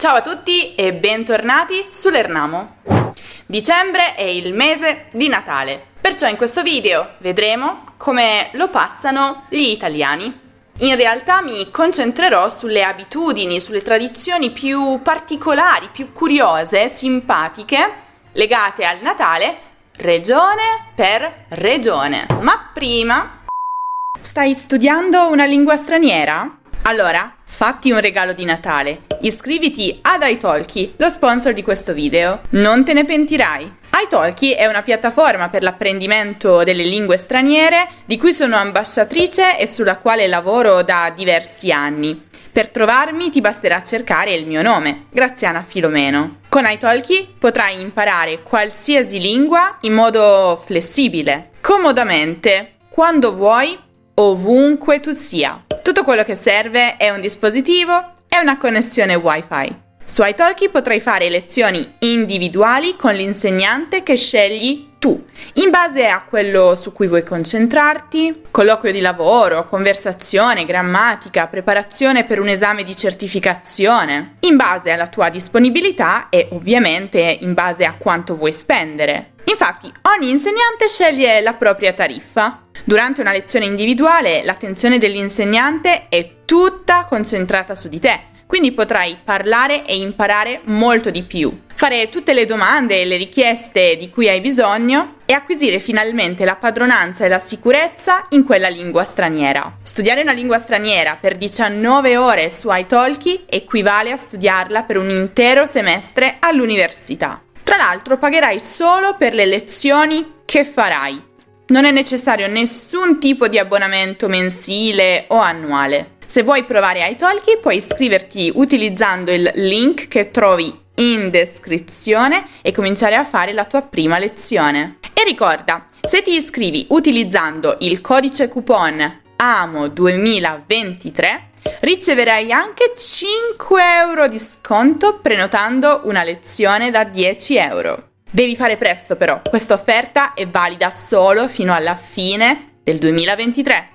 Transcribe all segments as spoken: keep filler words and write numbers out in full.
Ciao a tutti e bentornati su Lernamo. Dicembre è il mese di Natale, perciò in questo video vedremo come lo passano gli italiani. In realtà mi concentrerò sulle abitudini, sulle tradizioni più particolari, più curiose, simpatiche, legate al Natale, regione per regione. Ma prima... Stai studiando una lingua straniera? Allora, fatti un regalo di Natale. Iscriviti ad italki, lo sponsor di questo video. Non te ne pentirai. italki è una piattaforma per l'apprendimento delle lingue straniere di cui sono ambasciatrice e sulla quale lavoro da diversi anni. Per trovarmi ti basterà cercare il mio nome, Graziana Filomeno. Con italki potrai imparare qualsiasi lingua in modo flessibile, comodamente, quando vuoi, ovunque tu sia. Tutto quello che serve è un dispositivo e una connessione Wi-Fi. Su italki potrai fare lezioni individuali con l'insegnante che scegli tu, in base a quello su cui vuoi concentrarti, colloquio di lavoro, conversazione, grammatica, preparazione per un esame di certificazione, in base alla tua disponibilità e ovviamente in base a quanto vuoi spendere. Infatti, ogni insegnante sceglie la propria tariffa. Durante una lezione individuale, l'attenzione dell'insegnante è tutta concentrata su di te, quindi potrai parlare e imparare molto di più, fare tutte le domande e le richieste di cui hai bisogno e acquisire finalmente la padronanza e la sicurezza in quella lingua straniera. Studiare una lingua straniera per diciannove ore su italki equivale a studiarla per un intero semestre all'università. Tra l'altro pagherai solo per le lezioni che farai. Non è necessario nessun tipo di abbonamento mensile o annuale. Se vuoi provare italki puoi iscriverti utilizzando il link che trovi in descrizione e cominciare a fare la tua prima lezione. E ricorda, se ti iscrivi utilizzando il codice coupon A M O duemilaventitré riceverai anche cinque euro di sconto prenotando una lezione da dieci euro. Devi fare presto però, questa offerta è valida solo fino alla fine del duemilaventitré.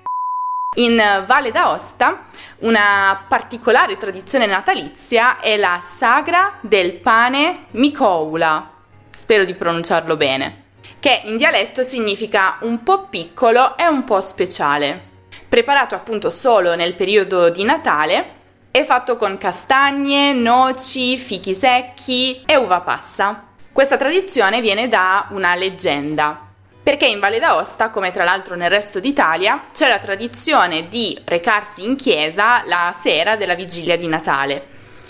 In Valle d'Aosta una particolare tradizione natalizia è la sagra del pane Mikoula, spero di pronunciarlo bene, che in dialetto significa un po' piccolo e un po' speciale. Preparato appunto solo nel periodo di Natale, è fatto con castagne, noci, fichi secchi e uva passa. Questa tradizione viene da una leggenda, perché in Valle d'Aosta, come tra l'altro nel resto d'Italia, c'è la tradizione di recarsi in chiesa la sera della vigilia di Natale.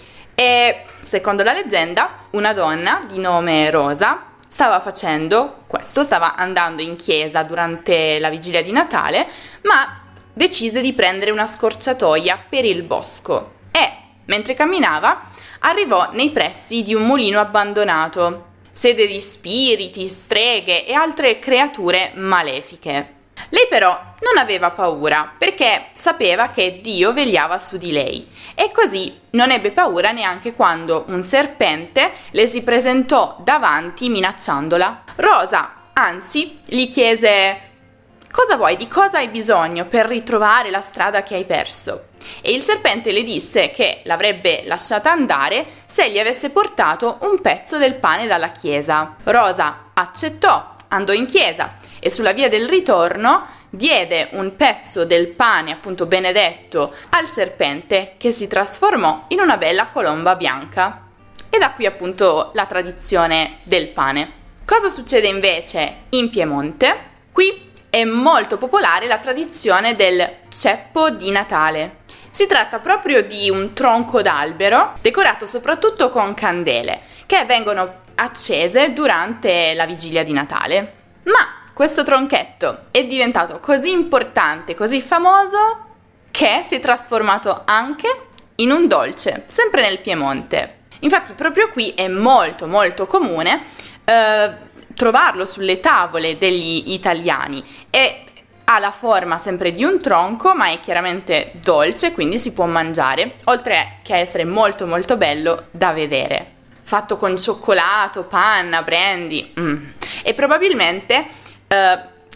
E, secondo la leggenda, una donna di nome Rosa stava facendo questo, stava andando in chiesa durante la vigilia di Natale, ma decise di prendere una scorciatoia per il bosco e, mentre camminava, arrivò nei pressi di un mulino abbandonato, sede di spiriti, streghe e altre creature malefiche. Lei però non aveva paura perché sapeva che Dio vegliava su di lei e così non ebbe paura neanche quando un serpente le si presentò davanti minacciandola. Rosa, anzi, gli chiese: «Cosa vuoi? Di cosa hai bisogno per ritrovare la strada che hai perso?» E il serpente le disse che l'avrebbe lasciata andare se gli avesse portato un pezzo del pane dalla chiesa. Rosa accettò, andò in chiesa e sulla via del ritorno diede un pezzo del pane, appunto benedetto, al serpente, che si trasformò in una bella colomba bianca. E da qui appunto la tradizione del pane. Cosa succede invece in Piemonte? Qui è molto popolare la tradizione del ceppo di Natale. Si tratta proprio di un tronco d'albero decorato soprattutto con candele che vengono accese durante la vigilia di Natale. Ma questo tronchetto è diventato così importante, così famoso, che si è trasformato anche in un dolce, sempre nel Piemonte. Infatti proprio qui è molto molto comune eh, trovarlo sulle tavole degli italiani e ha la forma sempre di un tronco, ma è chiaramente dolce, quindi si può mangiare, oltre che a essere molto molto bello da vedere. Fatto con cioccolato, panna, brandy, mm. e probabilmente eh,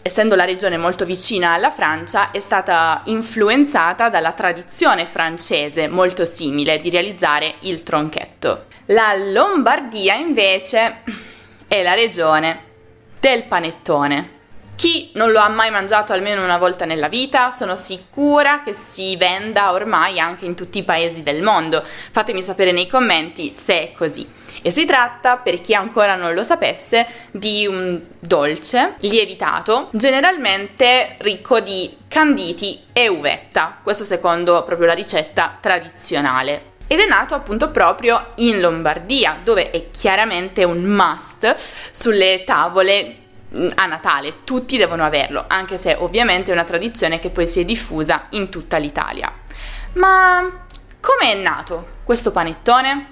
essendo la regione molto vicina alla Francia, è stata influenzata dalla tradizione francese molto simile di realizzare il tronchetto. La Lombardia invece è la regione del panettone. Chi non lo ha mai mangiato almeno una volta nella vita, sono sicura che si venda ormai anche in tutti i paesi del mondo. Fatemi sapere nei commenti se è così. E si tratta, per chi ancora non lo sapesse, di un dolce lievitato, generalmente ricco di canditi e uvetta, questo secondo proprio la ricetta tradizionale. Ed è nato appunto proprio in Lombardia, dove è chiaramente un must sulle tavole a Natale, tutti devono averlo, anche se ovviamente è una tradizione che poi si è diffusa in tutta l'Italia. Ma come è nato questo panettone?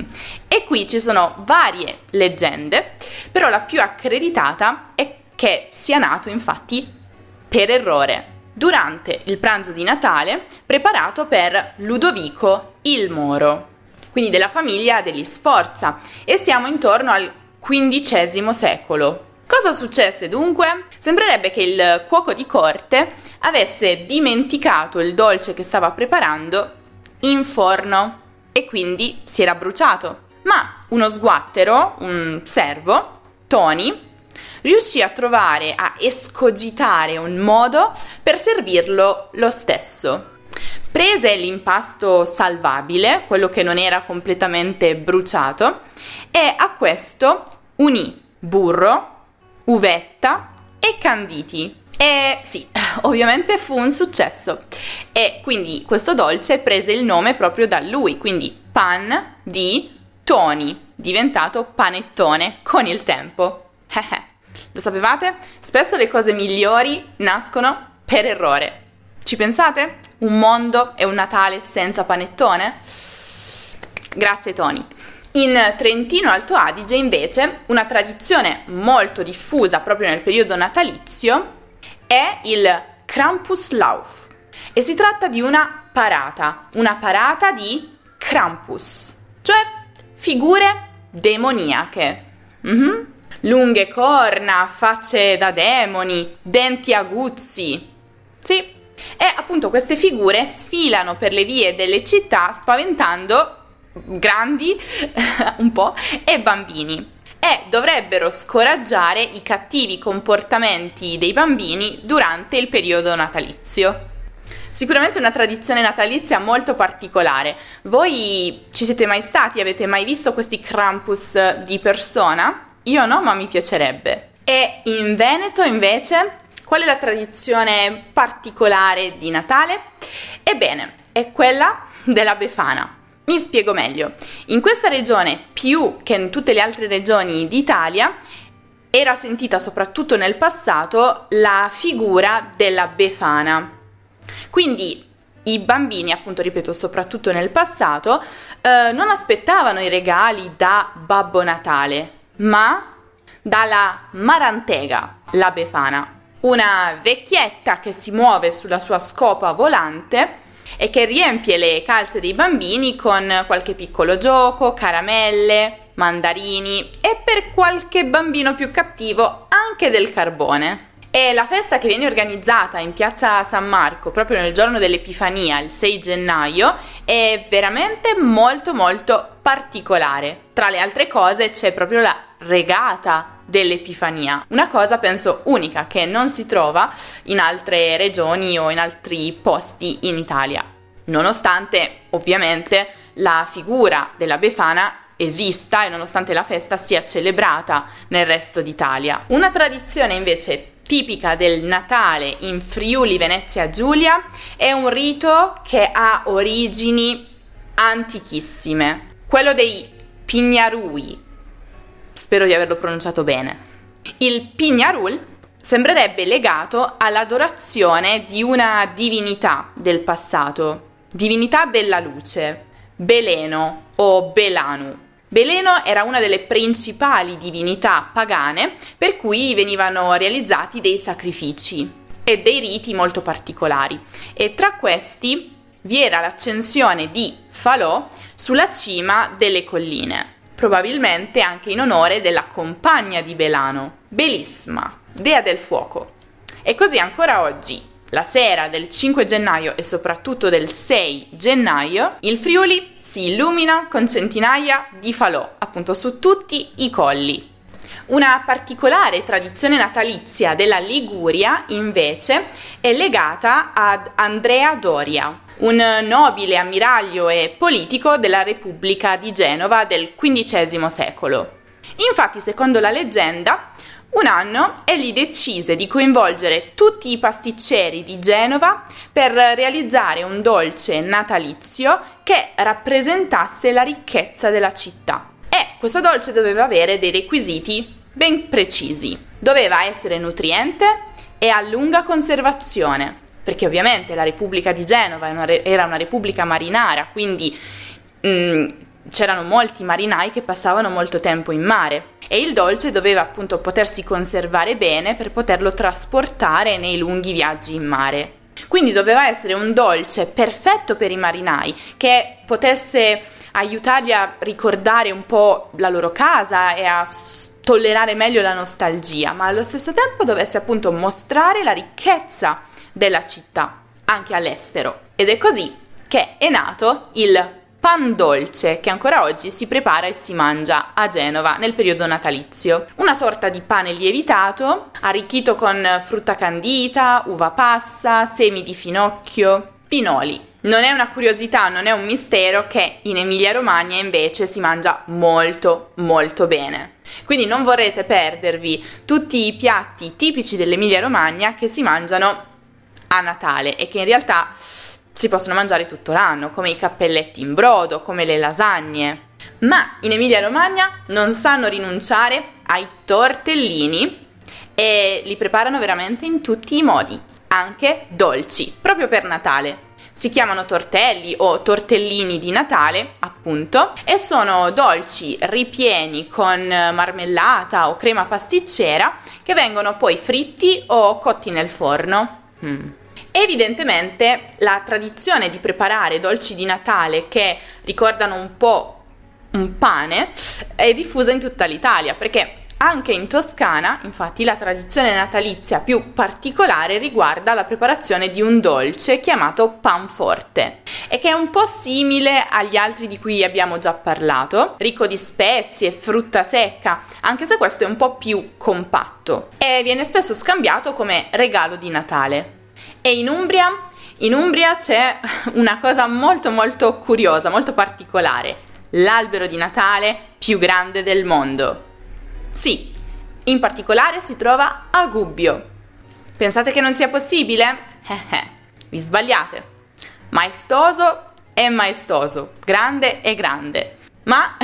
E qui ci sono varie leggende, però la più accreditata è che sia nato infatti per errore durante il pranzo di Natale preparato per Ludovico il Moro, quindi della famiglia degli Sforza, e siamo intorno al quindicesimo secolo. Cosa successe dunque? Sembrerebbe che il cuoco di corte avesse dimenticato il dolce che stava preparando in forno e quindi si era bruciato. Ma uno sguattero, un servo, Tony, riuscì a trovare, a escogitare un modo per servirlo lo stesso. Prese l'impasto salvabile, quello che non era completamente bruciato, e a questo unì burro, uvetta e canditi. E sì, ovviamente fu un successo e quindi questo dolce prese il nome proprio da lui, quindi pan di Tony, diventato panettone con il tempo. Lo sapevate? Spesso le cose migliori nascono per errore. Ci pensate? Un mondo e un Natale senza panettone? Grazie Tony. In Trentino Alto Adige invece una tradizione molto diffusa proprio nel periodo natalizio è il Krampuslauf e si tratta di una parata, una parata di Krampus, cioè figure demoniache. Mm-hmm. Lunghe corna, facce da demoni, denti aguzzi. Sì, e appunto queste figure sfilano per le vie delle città spaventando grandi un po' e bambini, e dovrebbero scoraggiare i cattivi comportamenti dei bambini durante il periodo natalizio. Sicuramente una tradizione natalizia molto particolare. Voi ci siete mai stati? Avete mai visto questi Krampus di persona? Io no, ma mi piacerebbe. E in Veneto invece qual è la tradizione particolare di Natale? Ebbene, è quella della Befana. Mi spiego meglio. In questa regione, più che in tutte le altre regioni d'Italia, era sentita soprattutto nel passato la figura della Befana. Quindi i bambini, appunto ripeto, soprattutto nel passato, eh, non aspettavano i regali da Babbo Natale, ma dalla Marantega, la Befana, una vecchietta che si muove sulla sua scopa volante e che riempie le calze dei bambini con qualche piccolo gioco, caramelle, mandarini e per qualche bambino più cattivo anche del carbone. E la festa che viene organizzata in piazza San Marco proprio nel giorno dell'Epifania, il sei gennaio, è veramente molto molto particolare. Tra le altre cose c'è proprio la regata dell'Epifania, una cosa penso unica che non si trova in altre regioni o in altri posti in Italia, nonostante ovviamente la figura della Befana esista e nonostante la festa sia celebrata nel resto d'Italia. Una tradizione invece tipica del Natale in Friuli Venezia Giulia è un rito che ha origini antichissime, quello dei Pignarui. Spero di averlo pronunciato bene. Il Pignarul sembrerebbe legato all'adorazione di una divinità del passato, divinità della luce, Beleno o Belanu. Beleno era una delle principali divinità pagane per cui venivano realizzati dei sacrifici e dei riti molto particolari, e tra questi vi era l'accensione di falò sulla cima delle colline, probabilmente anche in onore della compagna di Belano, Belisma, dea del fuoco. E così ancora oggi, la sera del cinque gennaio e soprattutto del sei gennaio, il Friuli si illumina con centinaia di falò, appunto su tutti i colli. Una particolare tradizione natalizia della Liguria, invece, è legata ad Andrea Doria, un nobile ammiraglio e politico della Repubblica di Genova del quindicesimo secolo. Infatti, secondo la leggenda, un anno egli decise di coinvolgere tutti i pasticceri di Genova per realizzare un dolce natalizio che rappresentasse la ricchezza della città. E questo dolce doveva avere dei requisiti ben precisi. Doveva essere nutriente e a lunga conservazione, perché ovviamente la Repubblica di Genova era una repubblica marinara, quindi mh, c'erano molti marinai che passavano molto tempo in mare e il dolce doveva appunto potersi conservare bene per poterlo trasportare nei lunghi viaggi in mare. Quindi doveva essere un dolce perfetto per i marinai, che potesse aiutarli a ricordare un po' la loro casa e a tollerare meglio la nostalgia, ma allo stesso tempo dovesse appunto mostrare la ricchezza della città anche all'estero. Ed è così che è nato il pan dolce, che ancora oggi si prepara e si mangia a Genova nel periodo natalizio. Una sorta di pane lievitato, arricchito con frutta candita, uva passa, semi di finocchio, pinoli. Non è una curiosità, non è un mistero che in Emilia-Romagna invece si mangia molto molto bene. Quindi non vorrete perdervi tutti i piatti tipici dell'Emilia-Romagna che si mangiano a Natale e che in realtà si possono mangiare tutto l'anno, come i cappelletti in brodo, come le lasagne. Ma in Emilia-Romagna non sanno rinunciare ai tortellini e li preparano veramente in tutti i modi, anche dolci, proprio per Natale. Si chiamano tortelli o tortellini di Natale, appunto, e sono dolci ripieni con marmellata o crema pasticcera che vengono poi fritti o cotti nel forno. Mm. Evidentemente la tradizione di preparare dolci di Natale che ricordano un po' un pane è diffusa in tutta l'Italia, perché anche in Toscana, infatti, la tradizione natalizia più particolare riguarda la preparazione di un dolce chiamato panforte e che è un po' simile agli altri di cui abbiamo già parlato, ricco di spezie e frutta secca, anche se questo è un po' più compatto e viene spesso scambiato come regalo di Natale. E in Umbria? In Umbria c'è una cosa molto molto curiosa, molto particolare: l'albero di Natale più grande del mondo. Sì, in particolare si trova a Gubbio. Pensate che non sia possibile? Eh eh, vi sbagliate. Maestoso è maestoso, grande è grande, ma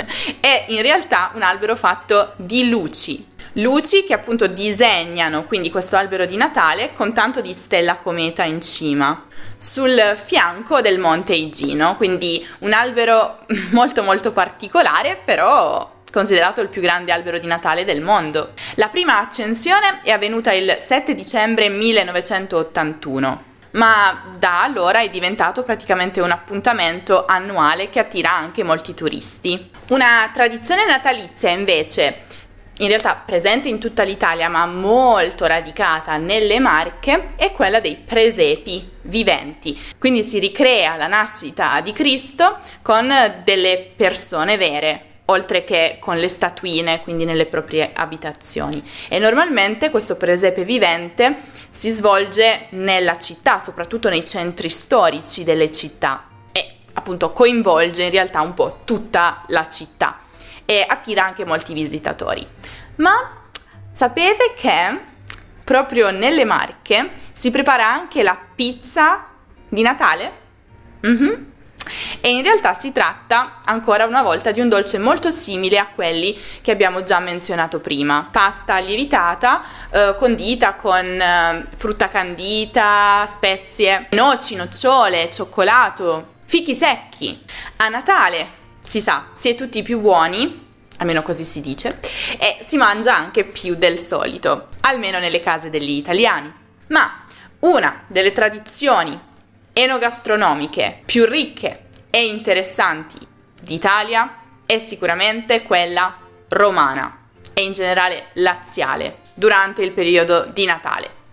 è in realtà un albero fatto di luci. Luci che appunto disegnano quindi questo albero di Natale con tanto di stella cometa in cima, sul fianco del Monte Igino, quindi un albero molto molto particolare, però considerato il più grande albero di Natale del mondo. La prima accensione è avvenuta il sette dicembre millenovecentottantuno, ma da allora è diventato praticamente un appuntamento annuale che attira anche molti turisti. Una tradizione natalizia invece, in realtà presente in tutta l'Italia ma molto radicata nelle Marche, è quella dei presepi viventi. Quindi si ricrea la nascita di Cristo con delle persone vere, oltre che con le statuine, quindi nelle proprie abitazioni. E normalmente questo presepe vivente si svolge nella città, soprattutto nei centri storici delle città, e appunto coinvolge in realtà un po' tutta la città e attira anche molti visitatori. Ma sapete che proprio nelle Marche si prepara anche la pizza di Natale? Mm-hmm. E in realtà si tratta ancora una volta di un dolce molto simile a quelli che abbiamo già menzionato prima: pasta lievitata eh, condita con eh, frutta candita, spezie, noci, nocciole, cioccolato, fichi secchi. A Natale, si sa, si è tutti più buoni, almeno così si dice, e si mangia anche più del solito, almeno nelle case degli italiani. Ma una delle tradizioni enogastronomiche più ricche e interessanti d'Italia è sicuramente quella romana e in generale laziale durante il periodo di Natale.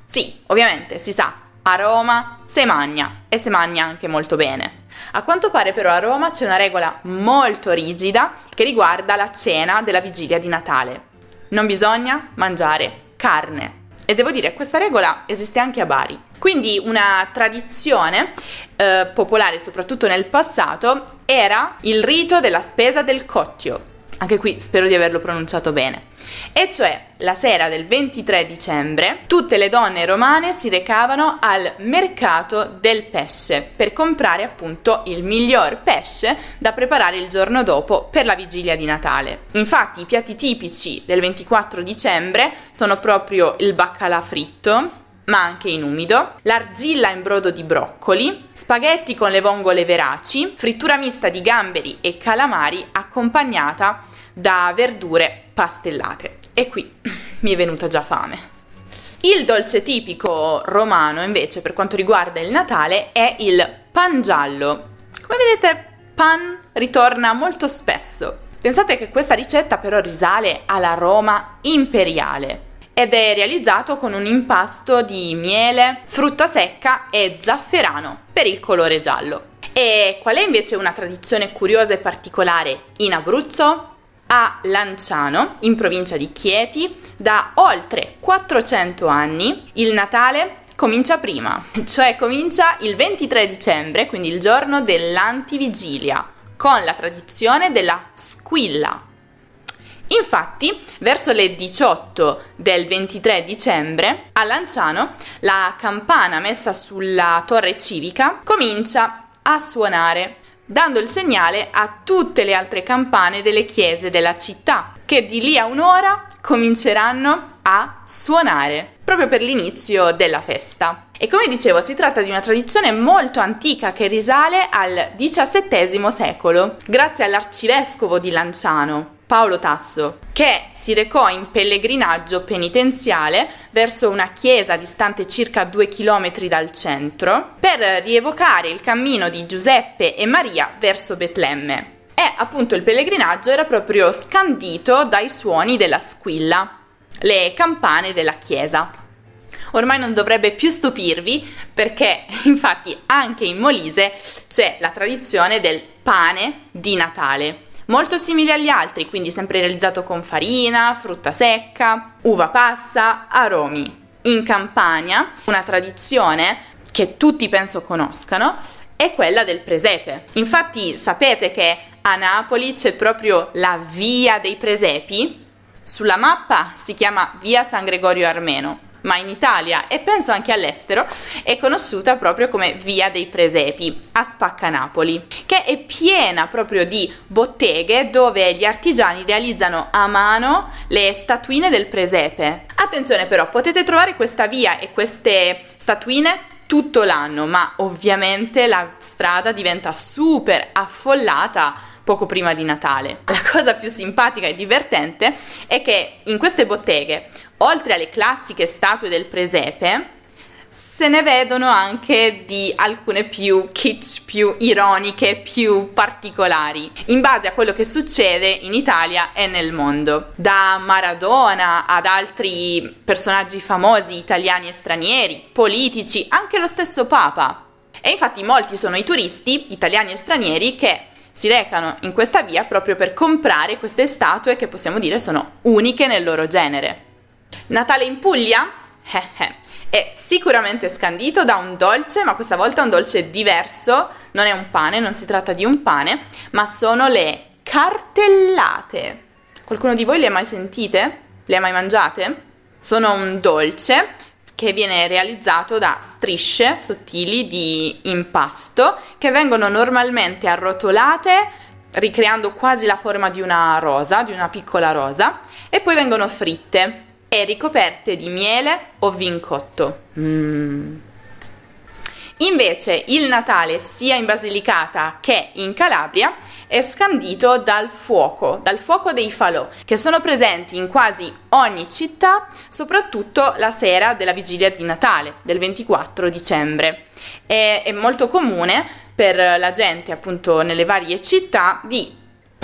Sì, ovviamente, si sa, a Roma se magna e se magna anche molto bene. A quanto pare però a Roma c'è una regola molto rigida che riguarda la cena della vigilia di Natale. Non bisogna mangiare carne. E devo dire, questa regola esiste anche a Bari. Quindi una tradizione eh, popolare, soprattutto nel passato, era il rito della spesa del Cocchio. Anche qui spero di averlo pronunciato bene. E cioè, la sera del ventitré dicembre, tutte le donne romane si recavano al mercato del pesce per comprare appunto il miglior pesce da preparare il giorno dopo per la vigilia di Natale. Infatti i piatti tipici del ventiquattro dicembre sono proprio il baccalà fritto, ma anche in umido, l'arzilla in brodo di broccoli, spaghetti con le vongole veraci, frittura mista di gamberi e calamari accompagnata da verdure pastellate. E qui mi è venuta già fame. Il dolce tipico romano invece per quanto riguarda il Natale è il pan giallo. Come vedete, pan ritorna molto spesso. Pensate che questa ricetta però risale alla Roma imperiale ed è realizzato con un impasto di miele, frutta secca e zafferano per il colore giallo. E qual è invece una tradizione curiosa e particolare in Abruzzo? A Lanciano, in provincia di Chieti, da oltre quattrocento anni il Natale comincia prima, cioè comincia il ventitré dicembre, quindi il giorno dell'antivigilia, con la tradizione della squilla. Infatti, verso le diciotto del ventitré dicembre, a Lanciano, la campana messa sulla torre civica comincia a suonare, dando il segnale a tutte le altre campane delle chiese della città, che di lì a un'ora cominceranno a suonare, proprio per l'inizio della festa. E come dicevo, si tratta di una tradizione molto antica che risale al diciassettesimo secolo, grazie all'arcivescovo di Lanciano, Paolo Tasso, che si recò in pellegrinaggio penitenziale verso una chiesa distante circa due chilometri dal centro per rievocare il cammino di Giuseppe e Maria verso Betlemme. E appunto il pellegrinaggio era proprio scandito dai suoni della squilla, le campane della chiesa. Ormai non dovrebbe più stupirvi perché infatti anche in Molise c'è la tradizione del pane di Natale, molto simile agli altri, quindi sempre realizzato con farina, frutta secca, uva passa, aromi. In Campania una tradizione che tutti penso conoscano è quella del presepe. Infatti sapete che a Napoli c'è proprio la via dei presepi? Sulla mappa si chiama via San Gregorio Armeno, ma in Italia e penso anche all'estero è conosciuta proprio come via dei presepi a Spaccanapoli, che è piena proprio di botteghe dove gli artigiani realizzano a mano le statuine del presepe. Attenzione però, potete trovare questa via e queste statuine tutto l'anno, ma ovviamente la strada diventa super affollata poco prima di Natale. La cosa più simpatica e divertente è che in queste botteghe, oltre alle classiche statue del presepe, se ne vedono anche di alcune più kitsch, più ironiche, più particolari, in base a quello che succede in Italia e nel mondo. Da Maradona ad altri personaggi famosi italiani e stranieri, politici, anche lo stesso Papa. E infatti molti sono i turisti, italiani e stranieri, che si recano in questa via proprio per comprare queste statue che possiamo dire sono uniche nel loro genere. Natale in Puglia? Eh eh. È sicuramente scandito da un dolce, ma questa volta un dolce diverso, non è un pane, non si tratta di un pane, ma sono le cartellate. Qualcuno di voi le ha mai sentite? Le ha mai mangiate? Sono un dolce che viene realizzato da strisce sottili di impasto che vengono normalmente arrotolate ricreando quasi la forma di una rosa, di una piccola rosa, e poi vengono fritte e ricoperte di miele o vin cotto. Mm. Invece il Natale sia in Basilicata che in Calabria è scandito dal fuoco, dal fuoco dei falò, che sono presenti in quasi ogni città, soprattutto la sera della vigilia di Natale, del ventiquattro dicembre. E è molto comune per la gente, appunto, nelle varie città di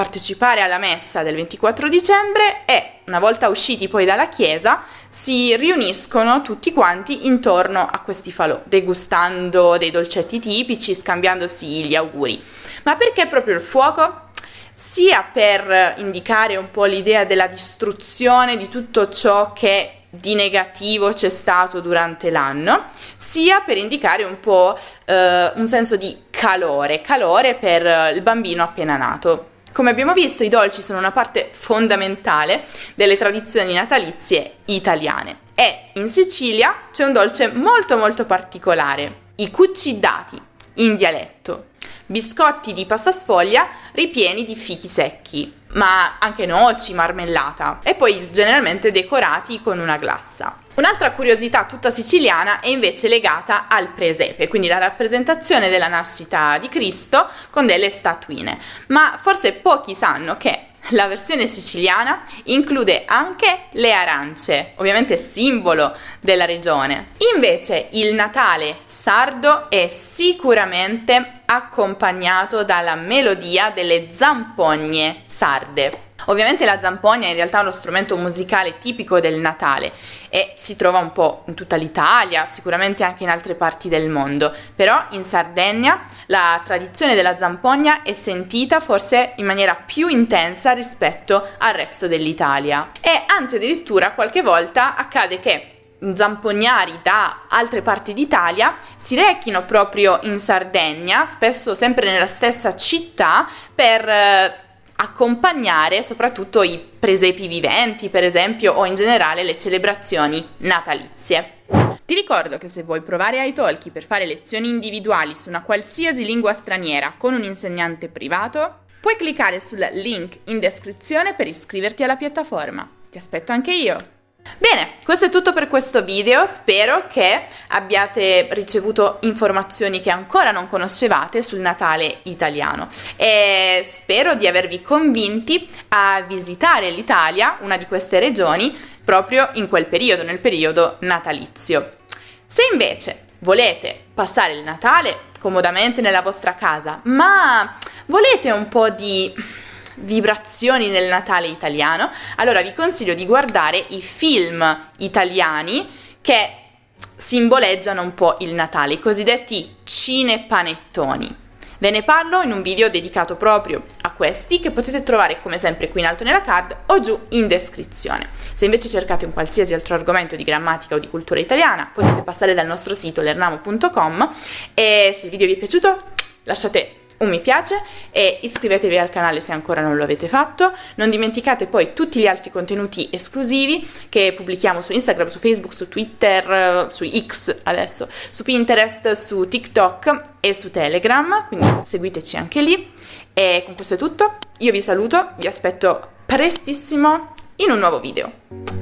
partecipare alla messa del ventiquattro dicembre e, una volta usciti poi dalla chiesa, si riuniscono tutti quanti intorno a questi falò, degustando dei dolcetti tipici, scambiandosi gli auguri. Ma perché proprio il fuoco? Sia per indicare un po' l'idea della distruzione di tutto ciò che di negativo c'è stato durante l'anno, sia per indicare un po' eh, un senso di calore, calore per il bambino appena nato. Come abbiamo visto, i dolci sono una parte fondamentale delle tradizioni natalizie italiane e in Sicilia c'è un dolce molto molto particolare, i cucciddati, in dialetto. Biscotti di pasta sfoglia ripieni di fichi secchi, ma anche noci, marmellata, e poi generalmente decorati con una glassa. Un'altra curiosità tutta siciliana è invece legata al presepe, quindi la rappresentazione della nascita di Cristo con delle statuine. Ma forse pochi sanno che la versione siciliana include anche le arance, ovviamente simbolo della regione. Invece il Natale sardo è sicuramente accompagnato dalla melodia delle zampogne sarde. Ovviamente la zampogna è in realtà uno strumento musicale tipico del Natale e si trova un po' in tutta l'Italia, sicuramente anche in altre parti del mondo, però in Sardegna la tradizione della zampogna è sentita forse in maniera più intensa rispetto al resto dell'Italia e anzi addirittura qualche volta accade che zampognari da altre parti d'Italia si rechino proprio in Sardegna, spesso sempre nella stessa città, per eh, accompagnare soprattutto i presepi viventi, per esempio, o in generale le celebrazioni natalizie. Ti ricordo che se vuoi provare iTalki per fare lezioni individuali su una qualsiasi lingua straniera con un insegnante privato, puoi cliccare sul link in descrizione per iscriverti alla piattaforma. Ti aspetto anche io! Bene, questo è tutto per questo video, spero che abbiate ricevuto informazioni che ancora non conoscevate sul Natale italiano e spero di avervi convinti a visitare l'Italia, una di queste regioni, proprio in quel periodo, nel periodo natalizio. Se invece volete passare il Natale comodamente nella vostra casa, ma volete un po' di vibrazioni nel Natale italiano, allora vi consiglio di guardare i film italiani che simboleggiano un po' il Natale, i cosiddetti cinepanettoni. Ve ne parlo in un video dedicato proprio a questi che potete trovare come sempre qui in alto nella card o giù in descrizione. Se invece cercate un qualsiasi altro argomento di grammatica o di cultura italiana potete passare dal nostro sito lernamo punto com e se il video vi è piaciuto lasciate un mi piace e iscrivetevi al canale se ancora non lo avete fatto. Non dimenticate poi tutti gli altri contenuti esclusivi che pubblichiamo su Instagram, su Facebook, su Twitter, su X adesso, su Pinterest, su TikTok e su Telegram, quindi seguiteci anche lì. E con questo è tutto, io vi saluto, vi aspetto prestissimo in un nuovo video.